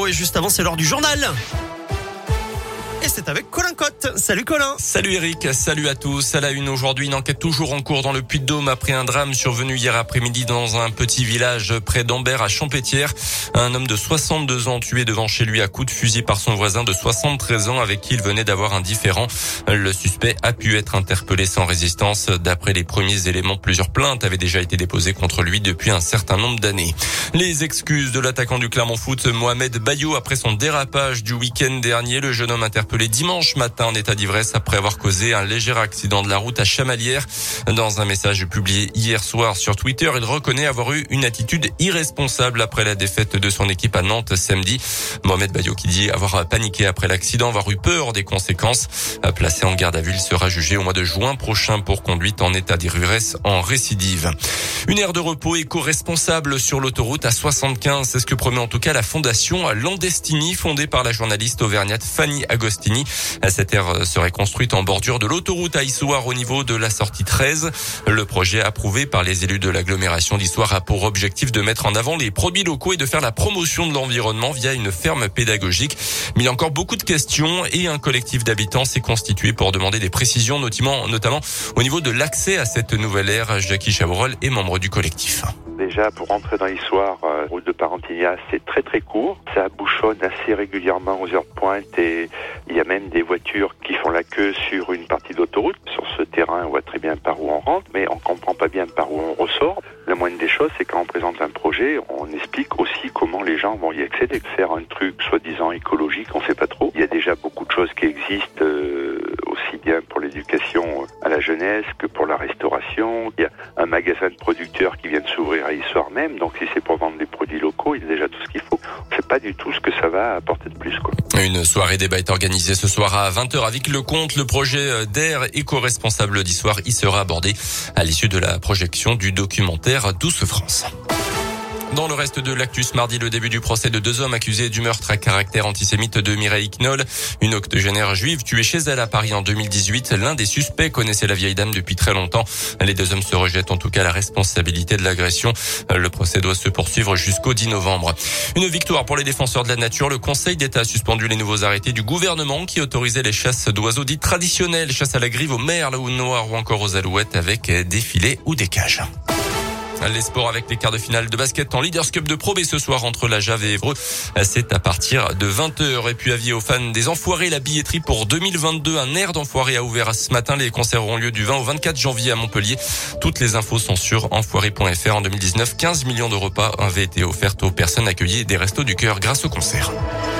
et juste avant, c'est l'heure du journal. Et c'est avec Colin Cotte. Salut Colin. Salut Eric, salut à tous. À la une aujourd'hui, une enquête toujours en cours dans le Puy-de-Dôme après un drame survenu hier après-midi dans un petit village près d'Ambert à Champétière. Un homme de 62 ans tué devant chez lui à coups de fusil par son voisin de 73 ans avec qui il venait d'avoir un différend. Le suspect a pu être interpellé sans résistance. D'après les premiers éléments, plusieurs plaintes avaient déjà été déposées contre lui depuis un certain nombre d'années. Les excuses de l'attaquant du Clermont Foot, Mohamed Bayo, après son dérapage du week-end dernier. Le jeune homme interpellé dimanche matin en état d'ivresse après avoir causé un léger accident de la route à Chamalières. Dans un message publié hier soir sur Twitter, il reconnaît avoir eu une attitude irresponsable après la défaite de son équipe à Nantes samedi. Mohamed Bayo qui dit avoir paniqué après l'accident, avoir eu peur des conséquences. Placé en garde à vue, il sera jugé au mois de juin prochain pour conduite en état d'ivresse en récidive. Une aire de repos éco-responsable sur l'autoroute A75, c'est ce que promet en tout cas la fondation Landestini, fondée par la journaliste auvergnate Fanny Agostini. Cette aire serait construite en bordure de l'autoroute à Issoire au niveau de la sortie 13. Le projet approuvé par les élus de l'agglomération d'Issoire a pour objectif de mettre en avant les produits locaux et de faire la promotion de l'environnement via une ferme pédagogique. Mais il y a encore beaucoup de questions et un collectif d'habitants s'est constitué pour demander des précisions, notamment au niveau de l'accès à cette nouvelle aire. Jackie Chavorol est membre du collectif. Déjà, pour rentrer dans l'Issoire, route de Parentignas, c'est très très court. Ça bouchonne assez régulièrement aux heures de pointe et il y a même des voitures qui font la queue sur une partie d'autoroute. Sur ce terrain, on voit très bien par où on rentre, mais on comprend pas bien par où on ressort. La moindre des choses, c'est quand on présente un projet, on explique aussi comment les gens vont y accéder. Faire un truc soi-disant écologique, on sait pas trop. Il y a déjà beaucoup de choses qui existent, aussi bien pour l'éducation à la jeunesse que pour la restauration. Il y a un magasin de producteurs qui vient de s'ouvrir à Issoire même, donc si c'est pour vendre des produits locaux, il y a déjà tout ce qu'il faut. On ne sait pas du tout ce que ça va apporter de plus, quoi. Une soirée débat est organisée ce soir à 20h avec Lecomte. Le projet d'aire éco-responsable d'Issoire y sera abordé à l'issue de la projection du documentaire Douce France. Dans le reste de l'actus, mardi, le début du procès de deux hommes accusés du meurtre à caractère antisémite de Mireille Knoll, une octogénaire juive tuée chez elle à Paris en 2018. L'un des suspects connaissait la vieille dame depuis très longtemps. Les deux hommes se rejettent en tout cas la responsabilité de l'agression. Le procès doit se poursuivre jusqu'au 10 novembre. Une victoire pour les défenseurs de la nature. Le Conseil d'État a suspendu les nouveaux arrêtés du gouvernement qui autorisaient les chasses d'oiseaux dites traditionnelles, chasse à la grive, aux merles, aux noirs ou encore aux alouettes avec des filets ou des cages. Les sports avec les quarts de finale de basket en Leaders Cup de Pro B ce soir entre la Jave et Évreux. C'est à partir de 20h. Et puis avis aux fans des Enfoirés, la billetterie pour 2022. Un air d'Enfoirés a ouvert ce matin. Les concerts auront lieu du 20 au 24 janvier à Montpellier. Toutes les infos sont sur enfoirés.fr. En 2019, 15 millions de repas avaient été offerts aux personnes accueillies des Restos du Cœur grâce au concert.